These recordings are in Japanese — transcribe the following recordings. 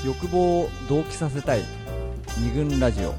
欲望を同期させたい二軍ラジオ。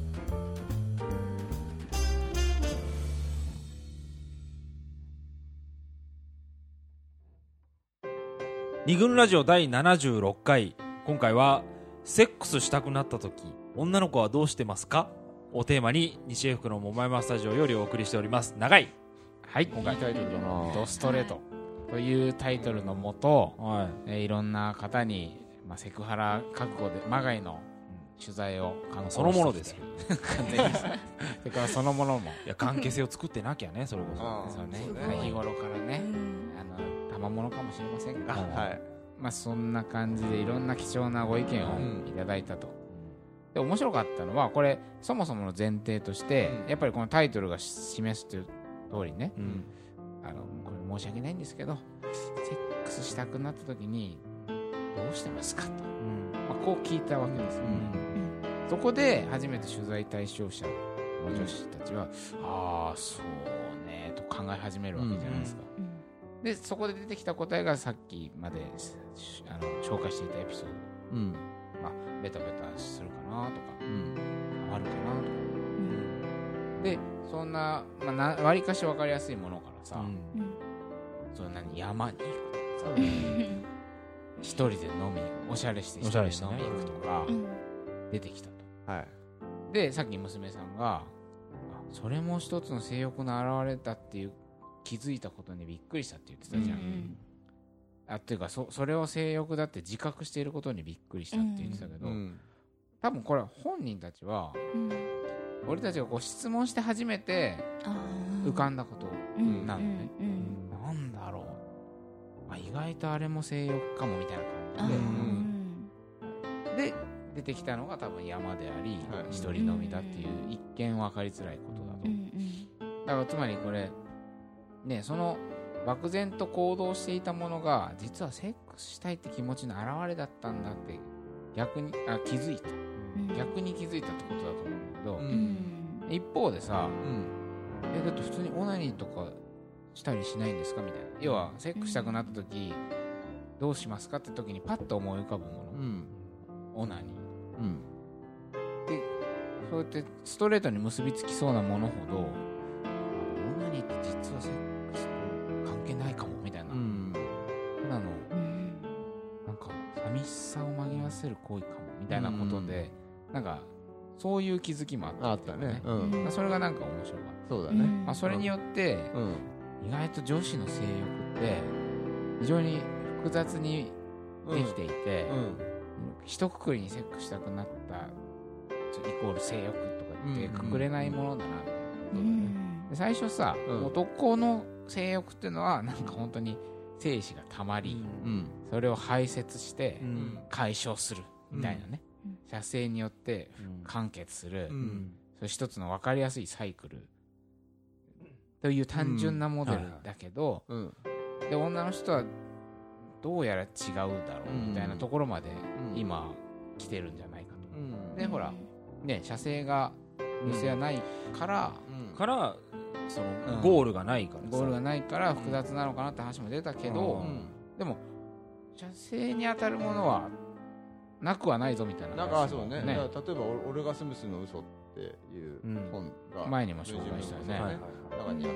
二軍ラジオ第76回。今回はセックスしたくなった時女の子はどうしてますかをテーマに西英福の桃山スタジオよりお送りしております。長い。 はい、今回タイトルだな、ドストレートというタイトルのもと、いろんな方に、セクハラ覚悟でまがいの取材をそのものですよ完全にそれからそのものもいや関係性を作ってなきゃね、それこそそうね、日頃からね、賜物かもしれませんが、そんな感じでいろんな貴重なご意見をいただいたと。で面白かったのは、これそもそもの前提として、やっぱりこのタイトルが示すという通りね、これ申し訳ないんですけど、セックスしたくなった時にどうしてますかと、こう聞いたわけですよ、そこで初めて取材対象者の女子たちは、ああそうねと考え始めるわけじゃないですか、でそこで出てきた答えがさっきまで紹介していたエピソード、ベタベタするかなとか、あるかなとか、でそんなわりかし分かりやすいものからさ、そんなに山に行くとかさ、一人で飲みおしゃれして一人で飲み行くとか出てきたと、でさっき娘さんがそれも一つの性欲の表れだっていう気づいたことにびっくりしたって言ってたじゃん、っていうか それを性欲だって自覚していることにびっくりしたって言ってたけど、多分これ本人たちは、俺たちがこう質問して初めて浮かんだことなのね、なんだろう、意外とあれも性欲かもみたいな感じで、で出てきたのが多分山であり、一人飲みだっていう一見分かりづらいことだと、だからつまりこれね、その漠然と行動していたものが実はセックスしたいって気持ちの表れだったんだって逆に気づいた、逆に気づいたってことだと思うんだけど、一方でさ、だって普通にオナニーとかしたりしないんですかみたいな、要はセックスしたくなった時、どうしますかって時にパッと思い浮かぶもの、オナニー、でそうやってストレートに結びつきそうなものほど、オナニーって実はセックスと関係ないかもみたいな、ただのなんか寂しさを紛らわせる行為かもみたいなことで、なんかそういう気づきもあったね、それがなんか面白かった。そうだね、それによって、意外と女子の性欲って非常に複雑にできていて、一括りにセックスしたくなったイコール性欲とかってくくれないものだなってことだね。で最初さ、男の性欲っていうのはなんか本当に精子がたまり、それを排泄して解消するみたいなね、射精によって完結する、それ一つの分かりやすいサイクルという単純なモデルだけど、で女の人はどうやら違うだろうみたいなところまで今来てるんじゃないかと、でほらね、射精が女性はないから、 そのゴールがないから複雑なのかなって話も出たけど、でも射精に当たるものはなくはないぞみたいな、 そうね、例えばオルガスムスの嘘っていう本が前にも紹介したよね、 中にあって、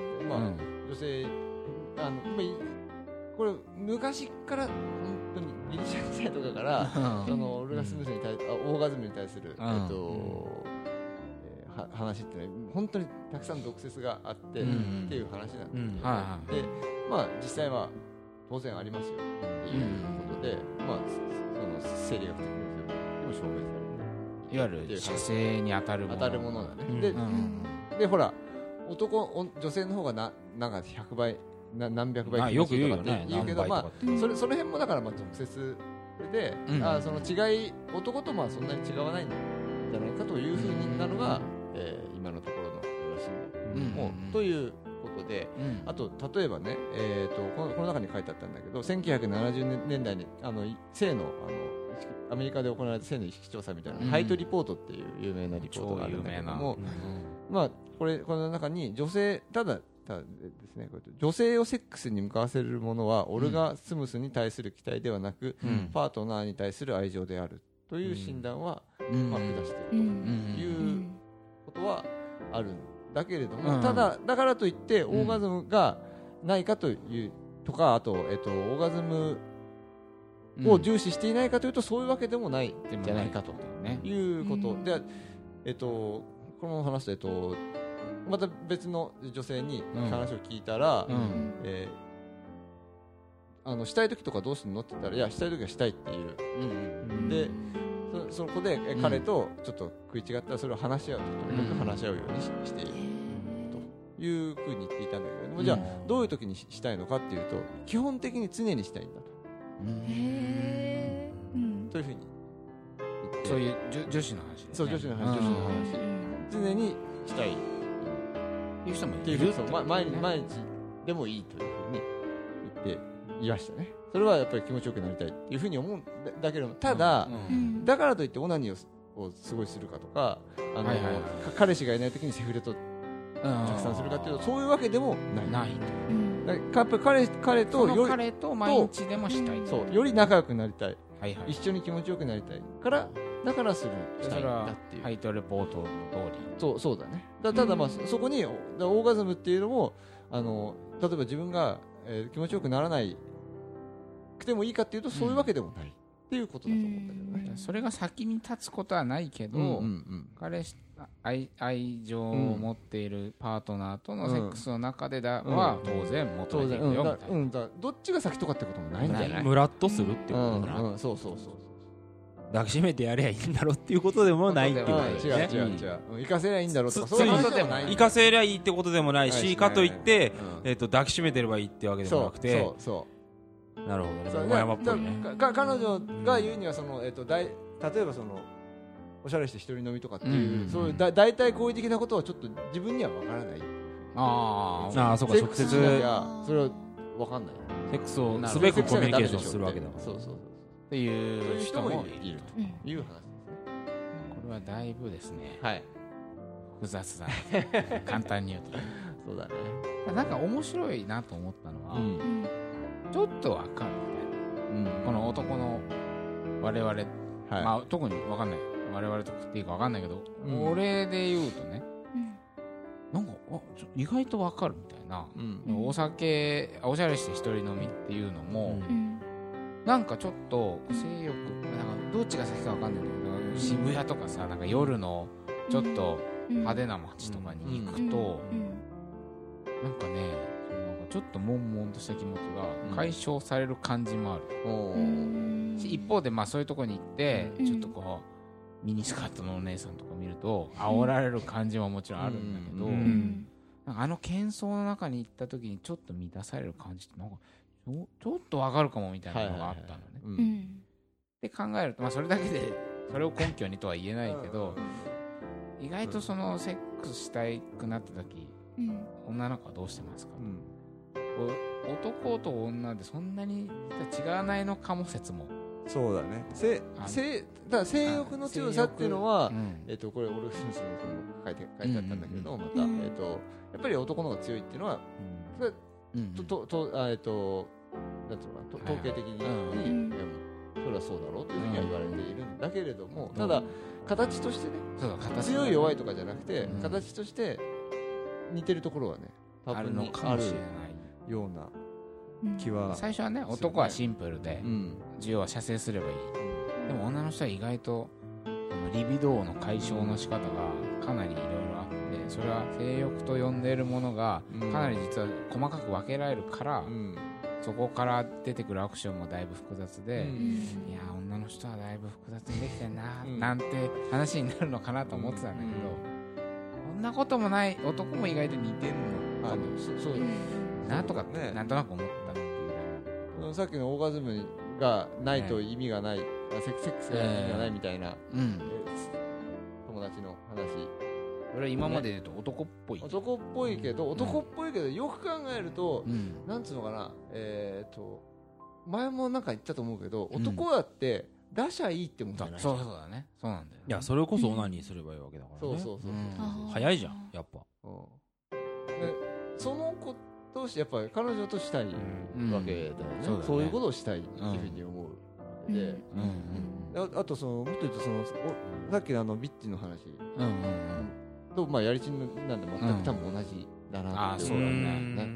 女性これ昔から本当にギリシャ時代とかからそのオルガスムスに対オーガズムに対する話ってね、本当にたくさん毒説があってっていう話なんだけど、で実際は当然ありますよっていうことで、その生理学的にも証明される、 いわゆる射精に当たるものだね。でほら女性の方がなんか100倍何百倍よく言うよね、 言うけど、その辺もだから俗説で、その違い、男とそんなに違わないんじゃないかというふうになるのが、今のところのらしいということで、あと例えばね、この中に書いてあったんだけど、1970年代に性のアメリカで行われた性の意識調査みたいな、ハイトリポートっていう有名なリポートがあるんだけども、この中に女性ただですね、女性をセックスに向かわせるものはオルガスムスに対する期待ではなく、パートナーに対する愛情であるという診断は、まあ、下しているということはあるんだけれども、ただだからといってオーガズムがないかというとか、あと、オーガズムを重視していないかというと、そういうわけでもないんじゃないかということで、このまま話すと、また別の女性に話を聞いたら、したい時とかどうするのって言ったら、いや、したい時はしたいっていう、でそこで彼とちょっと食い違ったらそれを話し合うとにかく話し合うようにしているというふうに言っていたんだけれども、じゃあどういう時にしたいのかっていうと、基本的に常にしたいんだと、というふうに言って、 そういう女子の話ですね。 そう女子の話、常にしたいいう人もっていうふうに、毎日でもいいというふうに言っていましたね。それはやっぱり気持ちよくなりたいっていうふうに思うんだけれども、ただ、だからといってオナニーをすごいするかとか、彼氏がいない時にセフレとたくさんするかっていうと、そういうわけでもない。やっぱり彼と毎日でもしたい。 そう、より仲良くなりたい。一緒に気持ちよくなりたいから、だからしたいんだっていう。 タイトルレポート通り。 そうだね。ただまあそこにオーガズムっていうのも、例えば自分が気持ちよくならないくてもいいかっていうと、そういうわけでもないっていうことだと思うんだけどね。 それが先に立つことはないけど、愛情を持っているパートナーとのセックスの中では当然求めていくよみたいな。 どっちが先とかってこともないんじゃない？ ムラっとするってことかな。 そう抱きしめてやればいいんだろうっていうことでもないっていうことですね。 違う行かせりゃいいんだろうとか、そういうことでもない。 行かせりゃいいってことでもないし、かといって抱きしめてればいいってわけでもなくて、なるほどね。山っぽいね。 彼女が言うには、例えばおしゃれして一人飲みとかっていう、そういう大体好意的なことはちょっと自分には分からない。 そうか、直接それは分かんない。 セックスをすべくコミュニケーションするわけだもん。 そうっていう人もいるという話ですね。 これはだいぶですね、 はい、 複雑だ。簡単に言うと。 そうだね。 なんか面白いなと思ったのは、ちょっとわかるみたいな。この男の我々、まあ特にわかんない。我々と食っていいかわかんないけど、俺で言うとね、なんか意外とわかるみたいな。おしゃれして一人飲みっていうのも。なんかちょっと性欲、なんかどっちが先かわかんないんだけど、渋谷とかさ、なんか夜のちょっと派手な街とかに行くと、なんかね、ちょっと悶々とした気持ちが解消される感じもある。一方で、まあそういうとこに行って、ちょっとこうミニスカートのお姉さんとか見ると煽られる感じはもちろんあるんだけど、なんか喧騒の中に行った時にちょっと満たされる感じってなんかちょっとわかるかもみたいなのがあったのね。で考えると、まあそれだけでそれを根拠にとは言えないけど、意外とそのセックスしたくなった時、女の子はどうしてますか？男と女でそんなに違わないのかも説も。 そうだね。だから性欲の強さっていうのは、これ俺書いてあったんだけど、またやっぱり男の方が強いっていうのは、なんていうのか統計的に、それはそうだろうというふうには言われているんだけれども、ただ形としてね、強い弱いとかじゃなくて、形として似てるところはね、多分にあるような気は。 最初はね、男はシンプルで需要は射精すればいい。でも女の人は意外とリビドーの解消の仕方がかなりいろいろあって、それは性欲と呼んでいるものがかなり実は細かく分けられるから、そこから出てくるアクションもだいぶ複雑で、いや女の人はだいぶ複雑にできてるな、なんて話になるのかなと思ってたんだけど、こんなこともない。男も意外と似てるのかも。なんとかなんとなく思ったっていう。 さっきのオーガズムがないと意味がない、セックスが意味がないみたいな友達の話。 それは今まで言うと男っぽい。 男っぽいけど、よく考えると、なんつうのかな、前もなんか言ったと思うけど、男だって出しゃいいってもんじゃない。 そうだね。そうなんだよ。 いや、それこそオナニーすればいいわけだからね。 そう早いじゃん、やっぱ。 そのことをしてやっぱり彼女としたいわけだよね。そういうことをしたいっていうふうに思うわで、あとそのもっと言うとそのさっきのビッチの話とまあやりちんなんで全く多分同じだなって。 そうだね。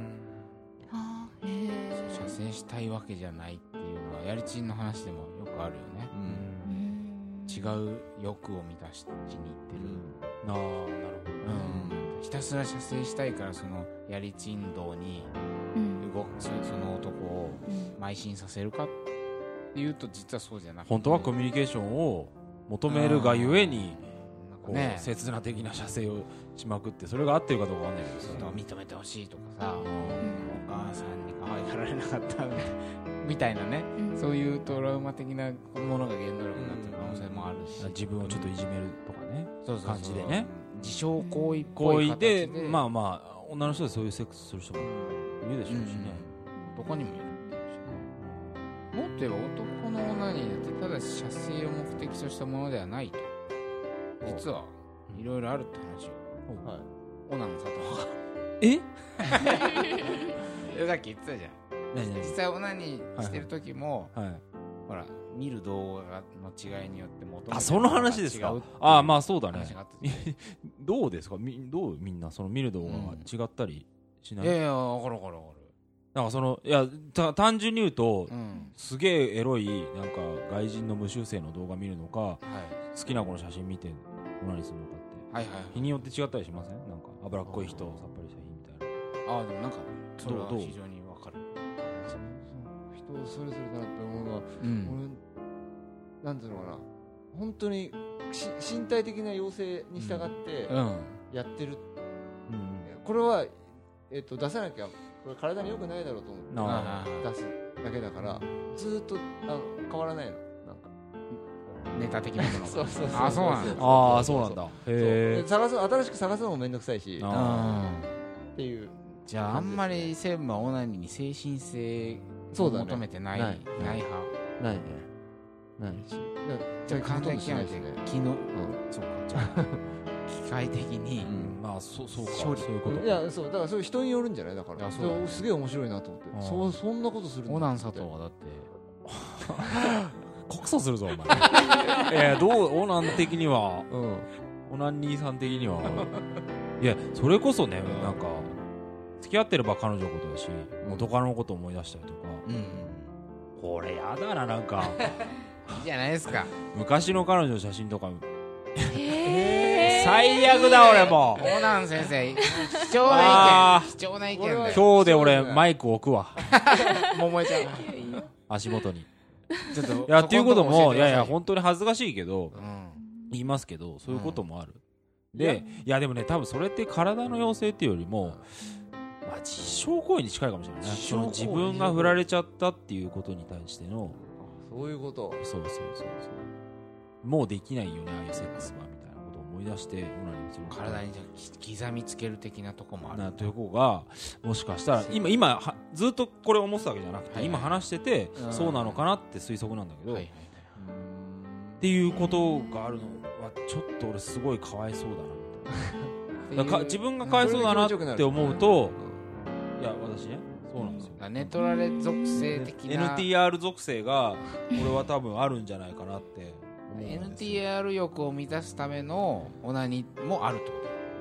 射精したいわけじゃないっていうのはやりちんの話でもよくあるよね。違う欲を満たしに行ってる。 なるほど。 ひたすら射精したいからそのやりちん道にその男を邁進させるかっていうと実はそうじゃなくて、 本当はコミュニケーションを求めるがゆえにこう刹那的な射精をしまくって、それが合ってるかどうかわかんないけど、 認めてほしいとかさ、お母さんに可愛がられなかったみたいなね、そういうトラウマ的なものが原動力になってる可能性もあるし、 自分をちょっといじめるとかね、感じでね、 自傷行為っぽ行為い形ででまあ女の人でそういうセックスする人もいるでしょうしね。 男にもいるっていうしね。もっと言えば男のオナニーだってただ射精を目的としたものではないと、実はいろいろあるって話をオナの佐藤がさっき言ってたじゃん。実際オナニーしてる時も、ほら見る動画の違いによって求めてるものが違う。 その話ですか。まあそうだね。どうですか、みんなその見る動画が違ったりしない？ いや分かる。 なんかその単純に言うと、すげえエロいなんか外人の無修正の動画見るのか、好きな子の写真見てオナニーするのかって、日によって違ったりしません？なんか脂っこい人、さっぱりした日みたいな。 でもなんかそれは非常に分かる。 人それぞれだなって思うのは、俺なんていうのかな、本当に身体的な要請に従ってやってる、これは出さなきゃこれ体に良くないだろうと思って出すだけだから、ずっと変わらないの、なんかネタ的なものが。 そうなんだ。 新しく探すのもめんどくさいしっていう。 じゃああんまりセブンはオナニーに精神性を求めてない派。 ないね。ないし。 じゃあ簡単に極めて機能、そうか、じゃあ機械的に、 まあそうか、 処理、 そういうこと。 いや、そうだからそういう人によるんじゃない？だからすげえ面白いなと思って、そんなことするんだ。 オナン佐藤はだって告訴するぞお前。どうオナン的には、オナン兄さん的には、いやそれこそね、なんか付き合ってれば彼女のことだし、元カノのこと思い出したりとか、これやだな、なんかいいじゃないですか。 昔の彼女の写真とか、最悪だ俺も。 オナン先生、貴重な意見で。 今日で俺マイク置くわ。 もう燃えちゃう。 足元に。 ちょっといやっていうことも、いや本当に恥ずかしいけど、言いますけど、そういうこともある。で、いやでもね、多分それって体の要請っていうよりも、自傷行為に近いかもしれないね。その自分が振られちゃったっていうことに対しての、 そういうこと。 そうもうできないよね、ああいうセックスはみたいなことを思い出して、 体に刻みつける的なとこもあるなという子が、もしかしたら今ずっとこれ思ってたわけじゃなくて、今話しててそうなのかなって推測なんだけど、っていうことがあるのはちょっと俺すごいかわいそうだなみたいな。自分がかわいそうだなって思うと、いや私ね、そうなんですよ。 ネトラレ属性的な NTR 属性が俺は多分あるんじゃないかなって思うんですよ。 NTR 欲を満たすためのオナニーもあるってこと？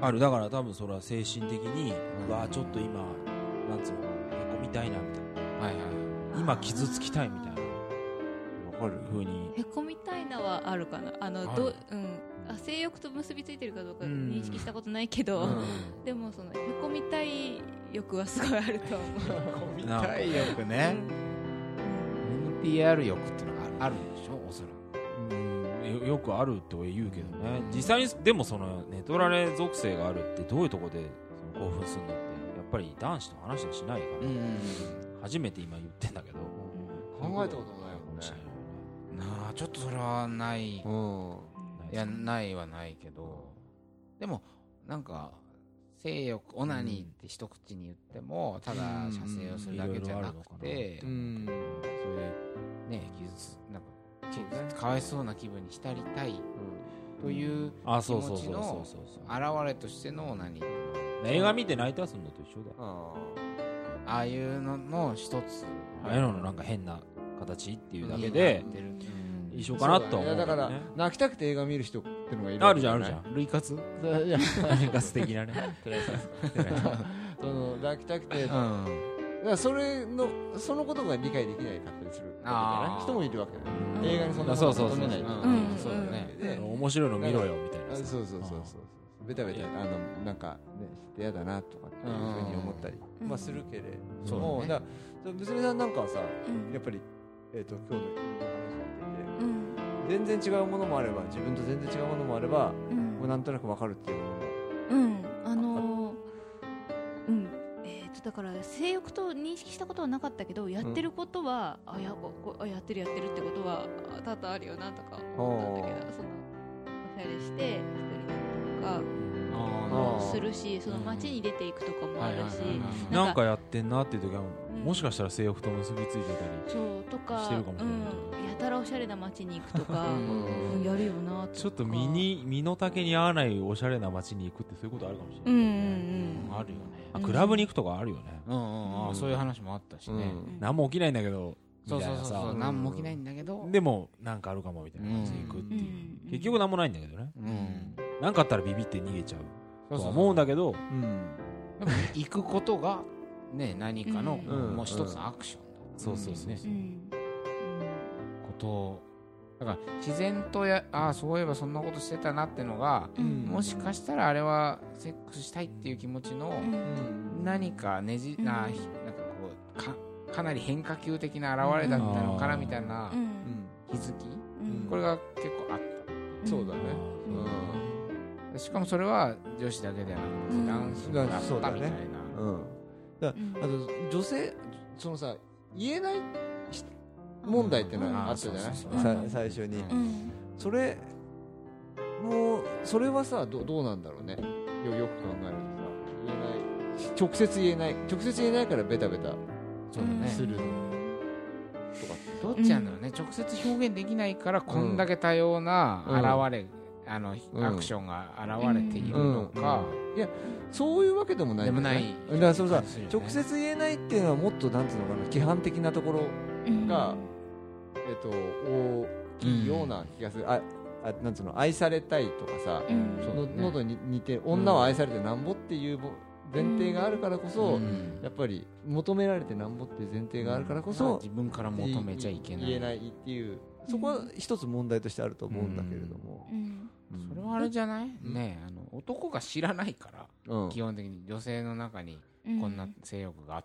ある。だから多分それは精神的に、ちょっと今なんつうのかな、へこみたいなみたいな、今傷つきたいみたいな、わかる風にへこみたいなはあるかな。性欲と結びついてるかどうか認識したことないけど、でもそのへこみたい欲はすごいあると思う。 へこみたい欲ね。NTR 欲ってのがあるんでしょ、おそらく。 よくあるって言うけどね、実際にでもそのネトラレ属性があるってどういうところでその興奮するのってやっぱり男子と話はしないから、初めて今言ってんだけど、 考えたこともないもんね。 なあ、ちょっとそれはない、いやないはないけど、でもなんか性欲オナニーって一口に言ってもただ射精をするだけじゃなくて、そういうね、なんかかわいそうな気分に浸りたいという気持ちの表れとしてのオナニー。 映画見て泣いたりするのと一緒だよ。 ああいうのの一つ、 ああいうののなんか変な形っていうだけで一緒かなとは思う、ね、 だから泣きたくて映画見る人ってのがいるあるじゃんあるじゃん類活類活的なねその抱きたくて、だからそのことが理解できないかったりする人もいるわけだよ、映画にそんなこと求めないそうだね、 面白いの見ろよみたいな、 そうベタベタなんかねしてやだなとかっていうふうに思ったりまあするけれども、だから娘さんなんかはさ、やっぱり今日の話を聞いてて、全然違うものもあれば自分と全然違うものもあれば、もうなんとなく分かるっていうものもだから性欲と認識したことはなかったけど、やってることは、やってるってことは多々あるよなとか思ったんだけど、そのおしゃれして一人だとかするし、その街に出ていくとかもあるし、 なんかやってんなっていう時は、もしかしたら性欲と結びついてたりとかしてるかもしれない、 やたらおしゃれな街に行くとかやるよなとか、 ちょっと身の丈に合わないおしゃれな街に行くってそういうことあるかもしれない、 あるよね、 クラブに行くとかあるよね、 そういう話もあったしね、 何も起きないんだけどそう何も起きないんだけどでもなんかあるかもみたいな感じで行くっていう、結局何もないんだけどね、なんかあったらビビって逃げちゃうとは思うんだけど、 でも行くことがね何かのもう一つのアクションだ、 そうね、 ことをだから自然とそういえばそんなことしてたなってのが、もしかしたらあれはセックスしたいっていう気持ちの何かなんかこうかなり変化球的な現れだったのかなみたいな気づき、これが結構あった。 そうだね、 しかもそれは女子だけではなくて男子だったみたいな、 あと女性そのさ言えない問題ってのがあったじゃない、最初に、それはさどうなんだろうね、よく考えるとさ、直接言えないからベタベタするとか、 どっちなんだろうね、直接表現できないからこんだけ多様な現れ、アクションが現れているのか、 いやそういうわけでもないでもない、 だからそのさ、直接言えないっていうのはもっとなんていうのかな、規範的なところが大きいような気がする。なんつうの、愛されたいとかさ、喉に似て女は愛されてなんぼっていう前提があるからこそ、やっぱり求められてなんぼっていう前提があるからこそ、 自分から求めちゃいけない、 言えないっていう、そこは一つ問題としてあると思うんだけれども、 それはあれじゃないね、男が知らないから、基本的に女性の中にこんな性欲があって、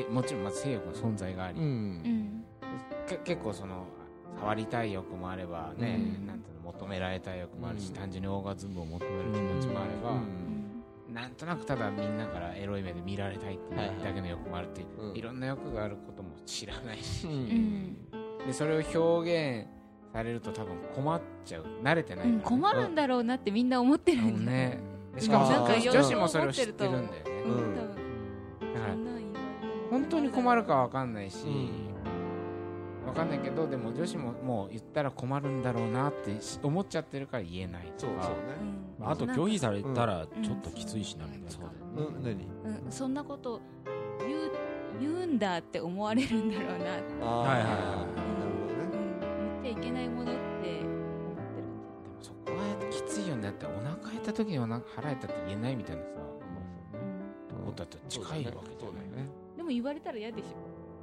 もちろんまず性欲の存在があり、結構その触りたい欲もあればね、なんていうの、求められたい欲もあるし、単純にオーガズムを求める気持ちもあれば、なんとなくただみんなからエロい目で見られたいっていうだけの欲もあるっていう、いろんな欲があることも知らないし、でそれを表現されると多分困っちゃう、慣れてないから、 困るんだろうなってみんな思ってるんじゃない、 しかも女子もそれを知ってるんだよね、だから本当に困るか分かんないし、分かんないけど、でも女子ももう言ったら困るんだろうなって思っちゃってるから言えないとか、 あと拒否されたらちょっときついしなみたいな、 そんなこと言うんだって思われるんだろうなって、 なるほどね、 言っちゃいけないものって思ってるんじゃない。 でもそこはきついよね、だってお腹減った時にお腹腹減ったって言えないみたいなさ、ことだって近いわけじゃない、 でも言われたら嫌でしょ。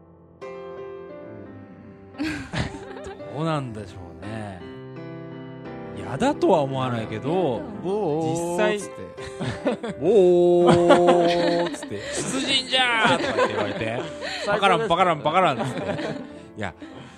どうなんでしょうね、嫌だとは思わないけど、実際おーっつって出陣じゃーとかって言われてバカランバカランバカランっつっていや、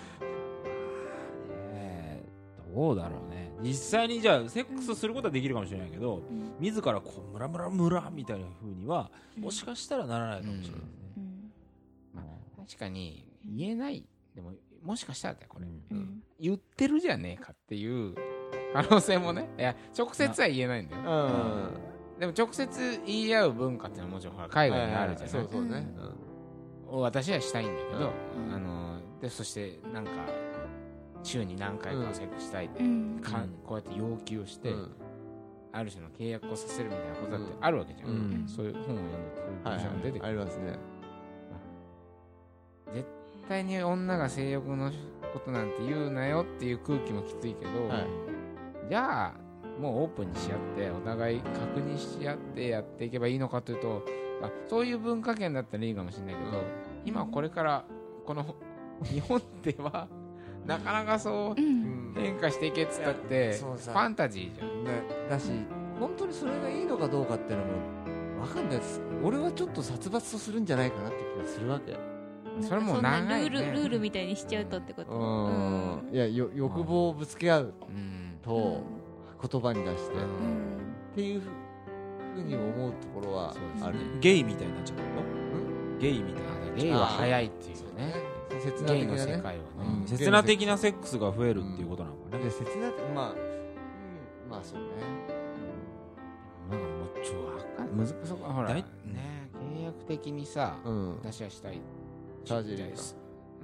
どうだろうね、実際にじゃあセックスすることはできるかもしれないけど、自らこうムラムラムラみたいな風にはもしかしたらならないかもしれないですね、 確かに言えない、でももしかしたらだよこれ、言ってるじゃねえかっていう可能性もね、いや直接は言えないんだよ、でも直接言い合う文化ってのはもちろん海外にあるじゃない、 そうね、 私はしたいんだけど、でそしてなんか週に何回かセックスしたいって、こうやって要求をして、ある種の契約をさせるみたいなことだってあるわけじゃん、そういう本を読んでそういう文章が出てくる、 ありますね。 対に女が性欲のことなんて言うなよっていう空気もきついけど、じゃあもうオープンにし合ってお互い確認し合ってやっていけばいいのかというと、そういう文化圏だったらいいかもしれないけど、今これからこの日本ではなかなかそう変化していけっつったってファンタジーじゃん、 だし本当にそれがいいのかどうかっていうのも分かんないです。俺はちょっと殺伐とするんじゃないかなって気がするわけ。 それも長い、ね、 ルールみたいにしちゃうとってこと。 いや欲望をぶつけ合うと言葉に出してっていうふうに思うところはある。 ゲイみたいになっちゃうの？ゲイみたいな。 ゲイは早いっていうね。 刹那的なね。 刹那的なセックスが増えるっていうことなのかね。 刹那まあそうね。 なんかもうちょっと難しそうかほらね、契約的にさ、私はしたい。 サージリーです。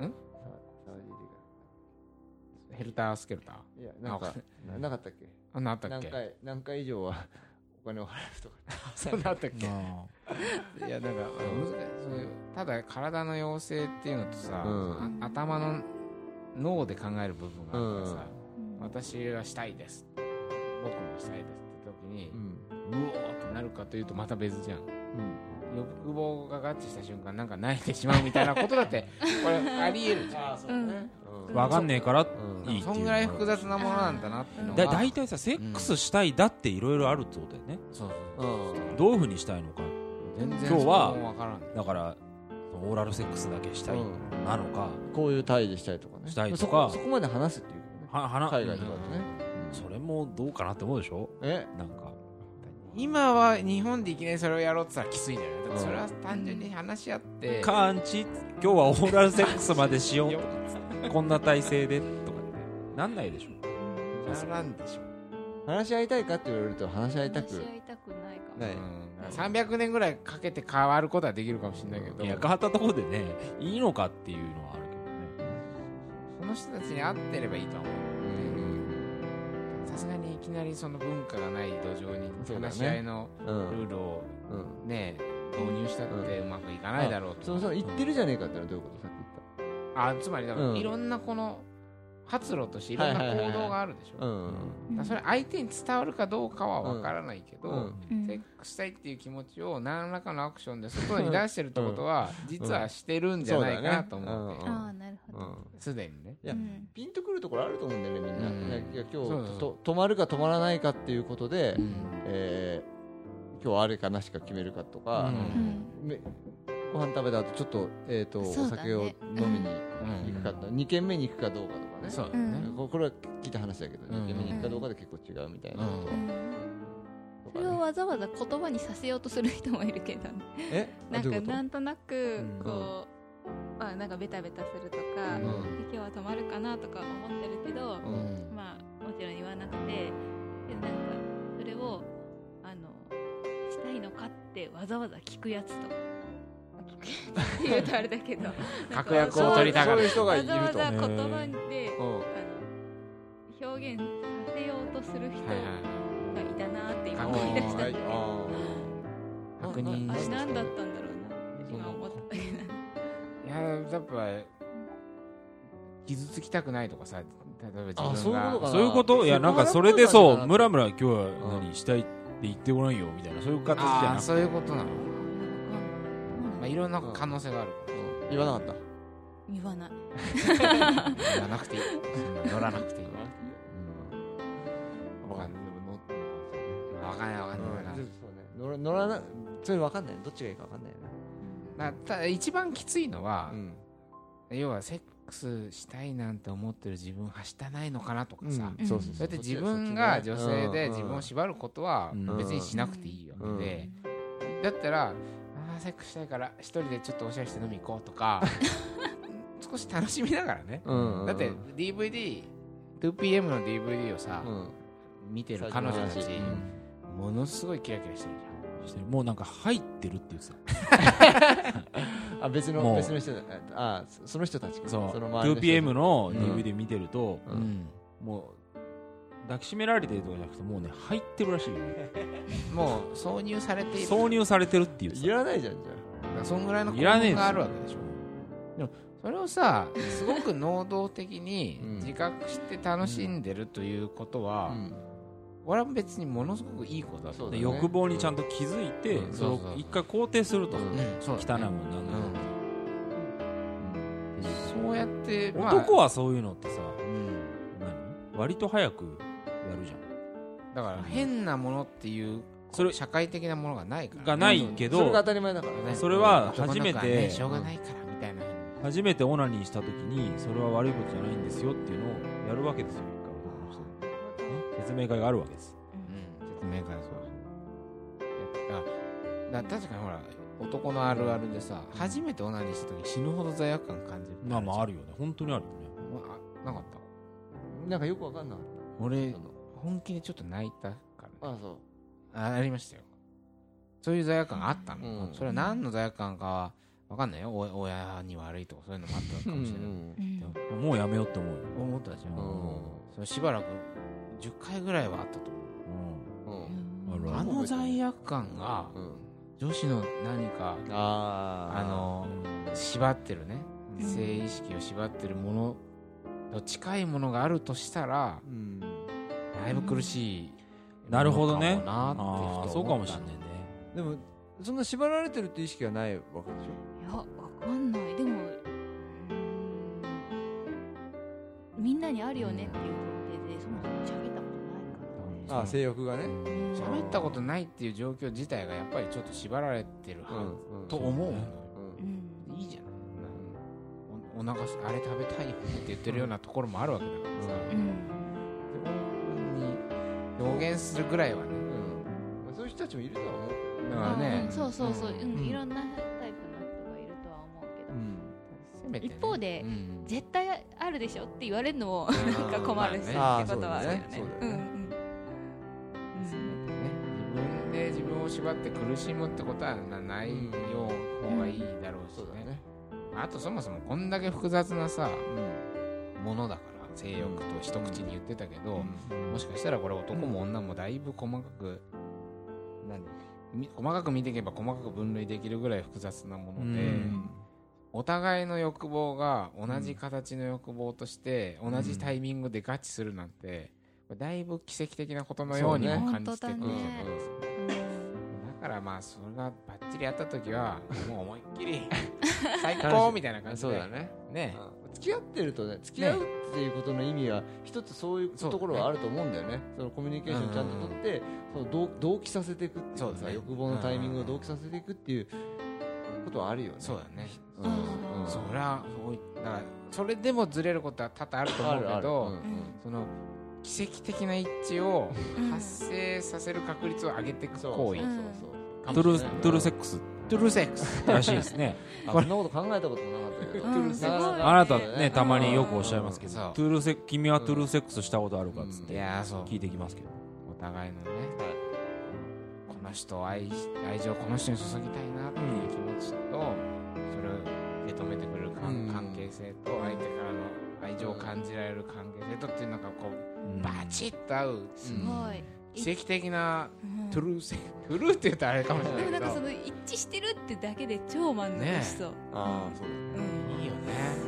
ヘルタースケルター。 いやなんかなかったっけ？ あったっけ？ 何回以上はお金を払うとか。 そうなったっけ？いやなんかただ体の要請っていうのとさ、頭の脳で考える部分があるからさ、私はしたいです、僕もしたいですって時に、うおーってなるかというとまた別じゃん。欲望が合致した瞬間なんか泣いてしまうみたいなことだってこれありえるじゃん。 分かんねえからいいっていう。 そんぐらい複雑なものなんだなっていうのがだいたいさ、セックスしたいだっていろいろあるってことだよね。どういうふうにしたいのか。 全然今日は分からん。 だからオーラルセックスだけしたいなのか、 こういう体でしたいとかね、 したいとか、 そこまで話すっていうね、海外とかだとね、 それもどうかなって思うでしょ。なんか今は日本でいきなりそれをやろうって言ったらきついんだよね。だってそれは単純に話し合ってカンチ今日はオーラルセックスまでしようこんな体勢でとかってなんないでしょ。 ならんでしょ。 話し合いたいかって言われると話し合いたくないかも。 300年ぐらいかけて変わることはできるかもしれないけど、 いや変わったところでねいいのかっていうのはあるけどね。 その人たちに合ってればいいと思う。さすがにいきなりその文化がない土壌に話し合いのルールをね導入したってうまくいかないだろうと。 そう言ってるじゃねえかってのはどういうこと？さっき言った。 つまりだからいろんなこの発露としていろんな行動があるでしょ。それ相手に伝わるかどうかは分からないけど、セックスしたいっていう気持ちを何らかのアクションで外に出してるってことは実はしてるんじゃないかなと思って。 なるほど。 すでにね。 いやピンとくるところあると思うんだよねみんな。いや今日止まるか止まらないかっていうことで、今日あれかなしか決めるかとか、ご飯食べた後ちょっとお酒を飲みに行くか2軒目に行くかどうかとかね。 そうだね。 これは聞いた話だけど2軒目に行くかどうかで結構違うみたいなことそれをわざわざ言葉にさせようとする人もいるけどね。なんとなくこうなんかベタベタするとか、今日は泊まるかなとか思ってるけど、まあもちろん言わなくて、でなんかそれをしたいのかってわざわざ聞くやつとか。言うとあれだけど確約を取りたがる人がいると。 わざわざ言葉で表現させようとする人がいたなって今思い出したんだけど、 確認あれ何だったんだろうなって今思ったけど。 いややっぱ傷つきたくないとかさ、例えば自分がそういうこと。いやなんかそれでそうムラムラ今日は何したいって言ってごらんよみたいなそういう形じゃなくて。 そういうことなの。いろんな可能性がある。 言わなかった。 言わない。 言わなくていい。乗らなくていい。わかんない。 乗らない。それわかんない。どっちがいいかわかんないな。ただ一番きついのは、要はセックスしたいなんて思ってる自分はしたないのかなとかさ。そうやって自分が女性で自分を縛ることは別にしなくていいわけで、だったら。セックスしたいから一人でちょっとおしゃれして飲み行こうとか少し楽しみながらね。だって 2PM の DVD をさ、見てる彼女たちものすごいキラキラしてるじゃん。 もうなんか入ってるっていうさ別の人その人たちか。 そう 2PM の DVD 見てると、もう抱きしめられてるとかじゃなくてもうね入ってるらしいよね。 もう挿入されている。 挿入されてるっていう。 いらないじゃん。じゃあそんぐらいの興奮があるわけでしょ。でもそれをさすごく能動的に自覚して楽しんでるということは、俺は別にものすごくいいことだと、 で欲望にちゃんと気づいて、それを一回肯定すると、汚いもんなんだ、 そうやって、 男はそういうのってさ、割と早くやるじゃん。 だから変なものっていうそれ社会的なものがないから、 がないけど、 それが当たり前だからね。 それは初めて、 しょうがないからみたいな、 初めてオナニーした時にそれは悪いことじゃないんですよっていうのをやるわけですよ。説明会があるわけです。 説明会、そうだ確かにほら男のあるあるでさ、初めてオナニーした時死ぬほど罪悪感感じる。 まああるよね、本当にあるよね。 なかった？ なんかよくわかんない。 俺本気でちょっと泣いたからね。 そう。 ありましたよ。そういう罪悪感があったの。それは何の罪悪感かはわかんないよ。親に悪いとかそういうのもあったかもしれない。 もうやめようって思うよ。 思ったじゃん。それしばらく10回ぐらいはあったと思う。あの罪悪感が女子の何か縛ってるね、性意識を縛ってるものと近いものがあるとしたら、だいぶ苦しい。 なるほどね。 そうかもしれないね。 でもそんな縛られてるって意識はないわけでしょ。 いや、わかんない。でもみんなにあるよねっていう前提でそもそも喋ったことないから。 性欲がね。 喋ったことないっていう状況自体がやっぱりちょっと縛られてると思うのよ。いいじゃない。お腹あれ食べたいよって言ってるようなところもあるわけだからさ。表現するぐらいはね、 そういう人たちもいるとは思う。 だからね、そう、いろんなタイプの人がいるとは思うけど、一方で絶対あるでしょって言われるのもなんか困るしってことはあるよね。 自分で自分を縛って苦しむってことはないよ方がいいだろうしね。あとそもそもこんだけ複雑なさものだから、性欲と一口に言ってたけど、もしかしたらこれ男も女もだいぶ細かく見ていけば細かく分類できるぐらい複雑なもので、お互いの欲望が同じ形の欲望として同じタイミングで合致するなんて、だいぶ奇跡的なことのようにも感じてくるじゃないですか。だからまあそれがバッチリやった時はもう思いっきり最高みたいな感じで。 そうだね。 ね、 付き合ってるとね、付き合うっていうことの意味は一つそういうところはあると思うんだよね。そのコミュニケーションちゃんと取って、その同期させていくっていうかさ、欲望のタイミングを同期させていくっていうことはあるよね。そうだね。それはだからそれでもずれることは多々あると思うけど、その奇跡的な一致を発生させる確率を上げていく行為。 トゥルーセックス。 トゥルーセックスらしいですね。 そんなこと考えたこともなかったけど。 あなたね、たまによくおっしゃいますけど、君はトゥルーセックスしたことあるかっつって聞いてきますけど、 お互いのね、この人愛情この人に注ぎたいなっていう気持ちと、それを受け止めてくれる関係性と、相手からの愛情を感じられる関係性とっていうのがこうバチッと合う、 すごい奇跡的なトゥルーセックス。トゥルーって言うとあれかもしれないけど、 でもなんかその一致してるってだけで超満足しそう。 ああ、そうだ。 いいよね。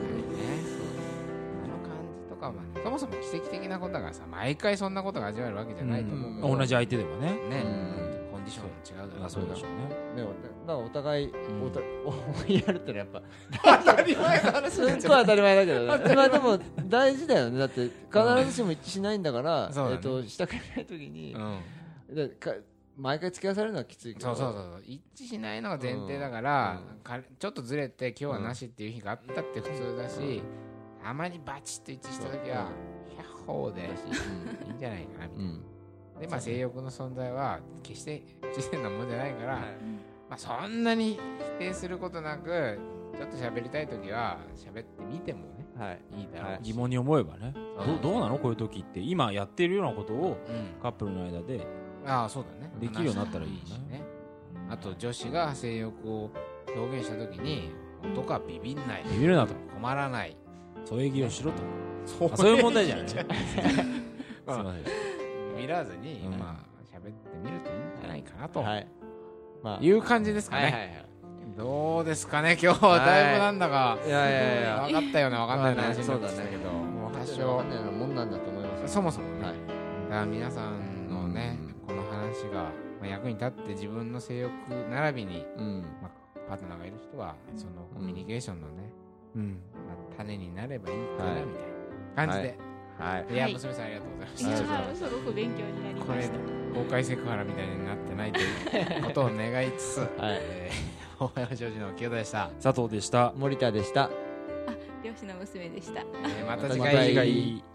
あの感じとかはね、そもそも奇跡的なことだからさ、毎回そんなことが味わえるわけじゃないと思うけど、 同じ相手でもね、 コンディションも違うだろう。 そうでしょうね。 だからお互い思いやるってのはやっぱ当たり前の話すっごい当たり前だけどね。まあでも大事だよね。だって必ずしも一致しないんだから、したくない時に毎回付き合わされるのはきついけど、 そう一致しないのが前提だから、ちょっとずれて今日はなしっていう日があったって普通だし、たまにバチッと一致した時は100歩でいいんじゃないかなみたいな。でまあ性欲の存在は決して不自然なもんじゃないから、まあそんなに否定することなく、ちょっと喋りたい時は喋ってみてもね、いいだろうし、 疑問に思えばね、どうなのこういう時って、今やってるようなことをカップルの間でそうだね、 できるようになったらいいしね。 あと女子が性欲を表現した時に、男はビビんない、 ビビるなと、 困らない、 添え木をしろと、そういう問題じゃない。すみません。 ビビらずにまあ喋ってみるといいんじゃないかなという感じですかね。 どうですかね今日はだいぶなんだかいやいや分かったような分かんないような話になってきたけど、 もう多少分かんないようなもんなんだと思います。 そもそもね、 はい、 だから皆さんのね、この話が役に立って自分の性欲並びに、パートナーがいる人はそのコミュニケーションのね、種になればいいかなみたいな感じで、いや娘さんありがとうございました。 いやすごく勉強になりました。 これ公開セクハラみたいになってないということを願いつつ、大山商事の清田でした。 佐藤でした。 森田でした。 漁師の娘でした。 また次回。